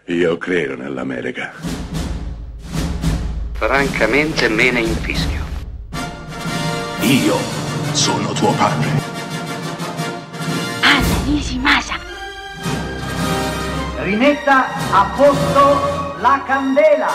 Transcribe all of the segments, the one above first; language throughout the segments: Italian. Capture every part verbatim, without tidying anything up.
Io credo nell'America. Francamente me ne infischio. Io sono tuo padre. Anna Nishimasa. Rimetta a posto la candela.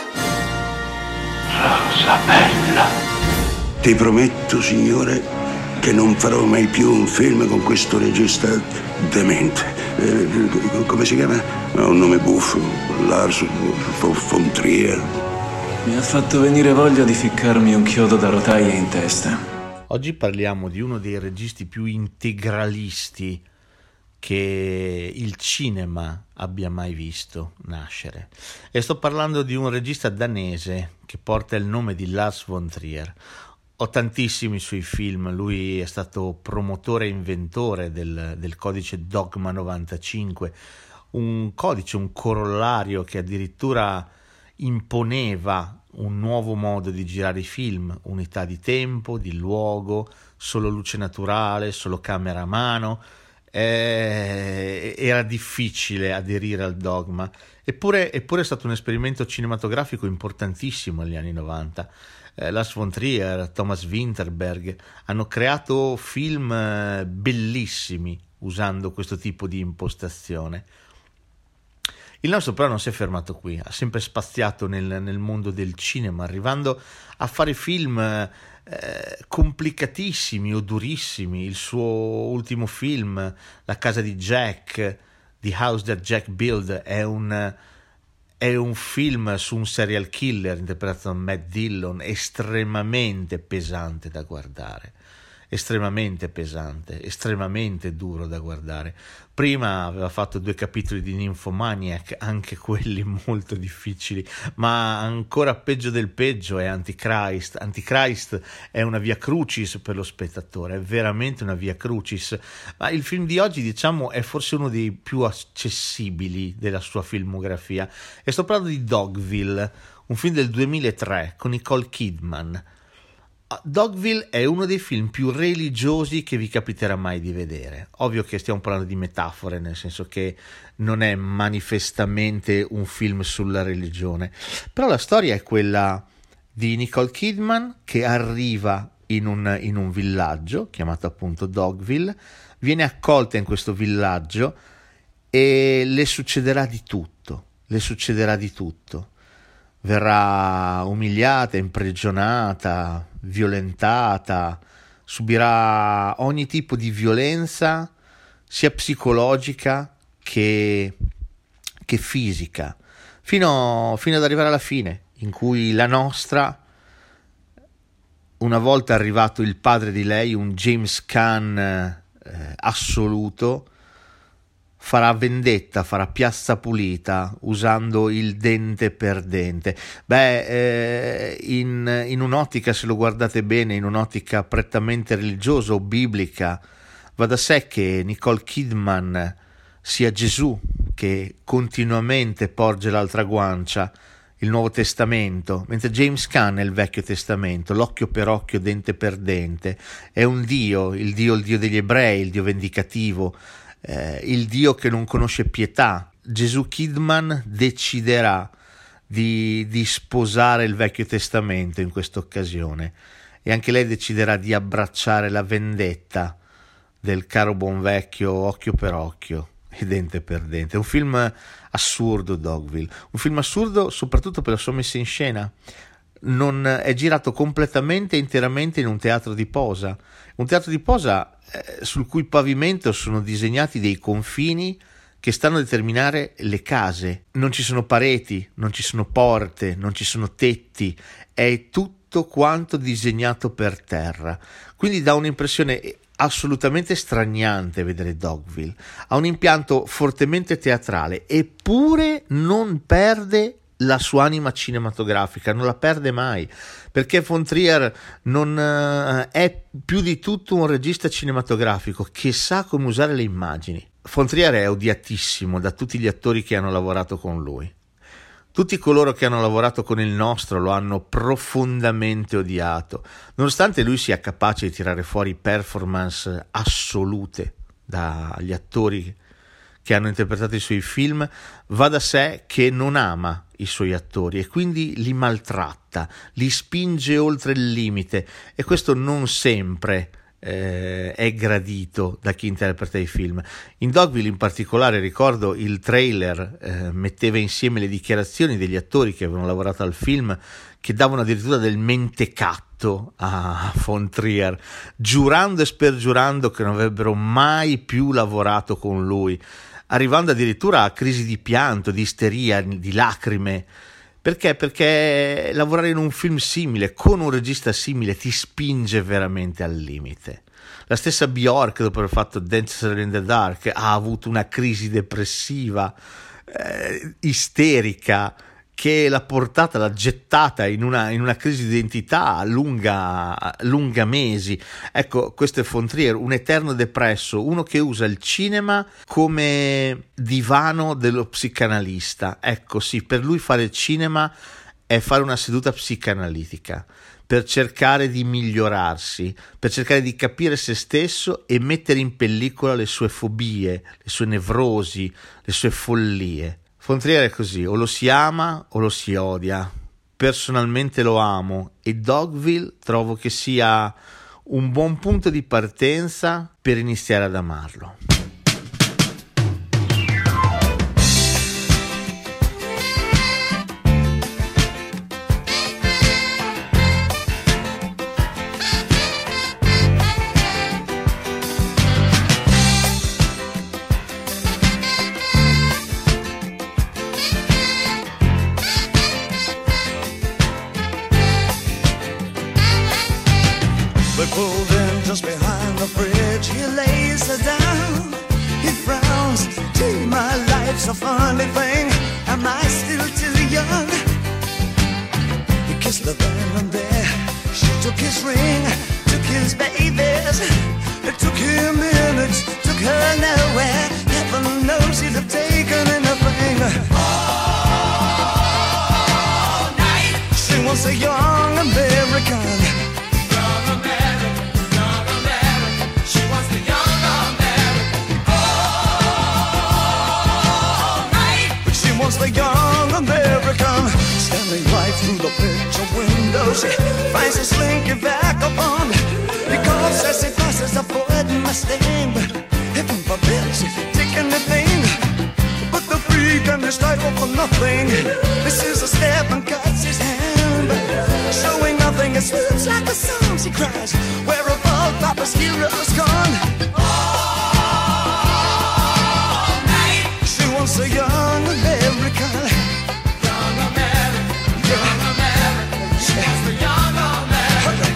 Rosa bella. Ti prometto, signore, che non farò mai più un film con questo regista demente. Eh, come si chiama? Ha un nome buffo. Lars von Trier. Mi ha fatto venire voglia di ficcarmi un chiodo da rotaia in testa. Oggi parliamo di uno dei registi più integralisti che il cinema abbia mai visto nascere. E sto parlando di un regista danese che porta il nome di Lars von Trier. Ho tantissimi suoi film, lui è stato promotore e inventore del, del codice Dogma novantacinque, un codice, un corollario che addirittura imponeva un nuovo modo di girare i film, unità di tempo, di luogo, solo luce naturale, solo camera a mano. Eh, era difficile aderire al dogma, eppure, eppure è stato un esperimento cinematografico importantissimo negli anni novanta. eh, Lars von Trier, Thomas Winterberg hanno creato film eh, bellissimi usando questo tipo di impostazione. Il nostro però non si è fermato qui, ha sempre spaziato nel, nel mondo del cinema, arrivando a fare film eh, complicatissimi o durissimi. Il suo ultimo film, La casa di Jack, The House That Jack Built, è un, è un film su un serial killer interpretato da Matt Dillon, estremamente pesante da guardare. estremamente pesante, estremamente duro da guardare. Prima aveva fatto due capitoli di Nymphomaniac, anche quelli molto difficili, ma ancora peggio del peggio è Antichrist. Antichrist è una via crucis per lo spettatore, è veramente una via crucis, ma il film di oggi, diciamo, è forse uno dei più accessibili della sua filmografia. E sto parlando di Dogville, un film del duemilatré con Nicole Kidman. Dogville è uno dei film più religiosi che vi capiterà mai di vedere. Ovvio che stiamo parlando di metafore, nel senso che non è manifestamente un film sulla religione, però la storia è quella di Nicole Kidman che arriva in un, in un villaggio chiamato appunto Dogville, viene accolta in questo villaggio e le succederà di tutto, le succederà di tutto. Verrà umiliata, imprigionata, violentata, subirà ogni tipo di violenza, sia psicologica che, che fisica, fino, fino ad arrivare alla fine, in cui la nostra, una volta arrivato il padre di lei, un James Caan eh, assoluto, farà vendetta, farà piazza pulita usando il dente per dente. Beh, eh, in, in un'ottica, se lo guardate bene, in un'ottica prettamente religiosa o biblica, va da sé che Nicole Kidman sia Gesù che continuamente porge l'altra guancia, il Nuovo Testamento, mentre James Caan è il Vecchio Testamento, l'occhio per occhio, dente per dente. È un Dio, il Dio, il Dio degli ebrei, il Dio vendicativo, Eh, il Dio che non conosce pietà. Gesù Kidman deciderà di, di sposare il Vecchio Testamento in questa occasione, e anche lei deciderà di abbracciare la vendetta del caro buon vecchio occhio per occhio e dente per dente. È un film assurdo, Dogville, un film assurdo soprattutto per la sua messa in scena. Non è girato completamente e interamente in un teatro di posa, un teatro di posa eh, sul cui pavimento sono disegnati dei confini che stanno a determinare le case. Non ci sono pareti, non ci sono porte, non ci sono tetti, è tutto quanto disegnato per terra, quindi dà un'impressione assolutamente straniante vedere Dogville. Ha un impianto fortemente teatrale, eppure non perde la sua anima cinematografica, non la perde mai, perché von Trier non uh, è più di tutto un regista cinematografico che sa come usare le immagini. Von Trier è odiatissimo da tutti gli attori che hanno lavorato con lui. Tutti coloro che hanno lavorato con il nostro lo hanno profondamente odiato, nonostante lui sia capace di tirare fuori performance assolute dagli attori che hanno interpretato i suoi film, va da sé che non ama i suoi attori e quindi li maltratta, li spinge oltre il limite, e questo non sempre eh, è gradito da chi interpreta i film. In Dogville in particolare ricordo il trailer eh, metteva insieme le dichiarazioni degli attori che avevano lavorato al film, che davano addirittura del mentecatto a Von Trier, giurando e spergiurando che non avrebbero mai più lavorato con lui, arrivando addirittura a crisi di pianto, di isteria, di lacrime. Perché? Perché lavorare in un film simile, con un regista simile, ti spinge veramente al limite. La stessa Bjork, dopo aver fatto Dancer in the Dark, ha avuto una crisi depressiva, eh, isterica, che l'ha portata, l'ha gettata in una, in una crisi di identità lunga, lunga mesi. Ecco, questo è Von Trier, un eterno depresso, uno che usa il cinema come divano dello psicanalista. Ecco, sì, per lui fare cinema è fare una seduta psicanalitica, per cercare di migliorarsi, per cercare di capire se stesso e mettere in pellicola le sue fobie, le sue nevrosi, le sue follie. Von Trier è così, o lo si ama o lo si odia. Personalmente lo amo e Dogville trovo che sia un buon punto di partenza per iniziare ad amarlo. They pulled in just behind the bridge. He lays her down. He frowns. Gee, my life's a funny thing. Am I still too young? He kissed the van and there. She took his ring, took his babies. It took him minutes, took her nowhere. Heaven knows he'd have taken anything. All night. She wants a young American. The young American standing right through the picture window. She finds a slinky vagabond. He coughs as he passes a Ford Mustang. Heaven forbid she take anything but the freak and his title for nothing. This is a step and cuts his hand, showing nothing. It swoops like a song. She cries, where have all Papa's heroes gone? All night. She wants a young American. Young American, young American. She wants the young American.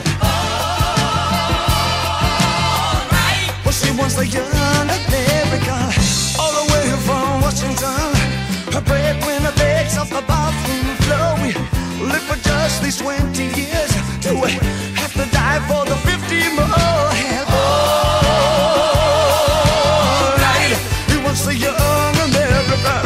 All night. Well, she wants the young American. All the way from Washington. Her breadwinner begs off the bathroom floor. We live for just these twenty years. Do we have to die for the fifty more? All night. He wants the young American.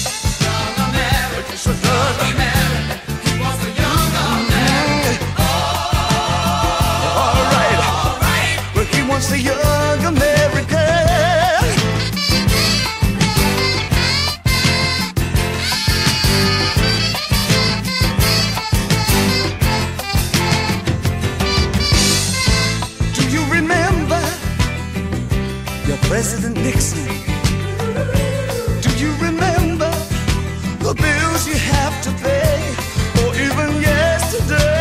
The young American. Do you remember your President Nixon? Do you remember the bills you have to pay, or even yesterday?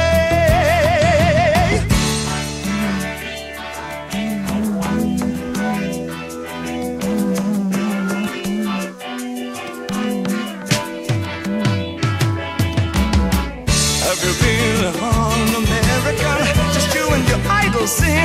Sing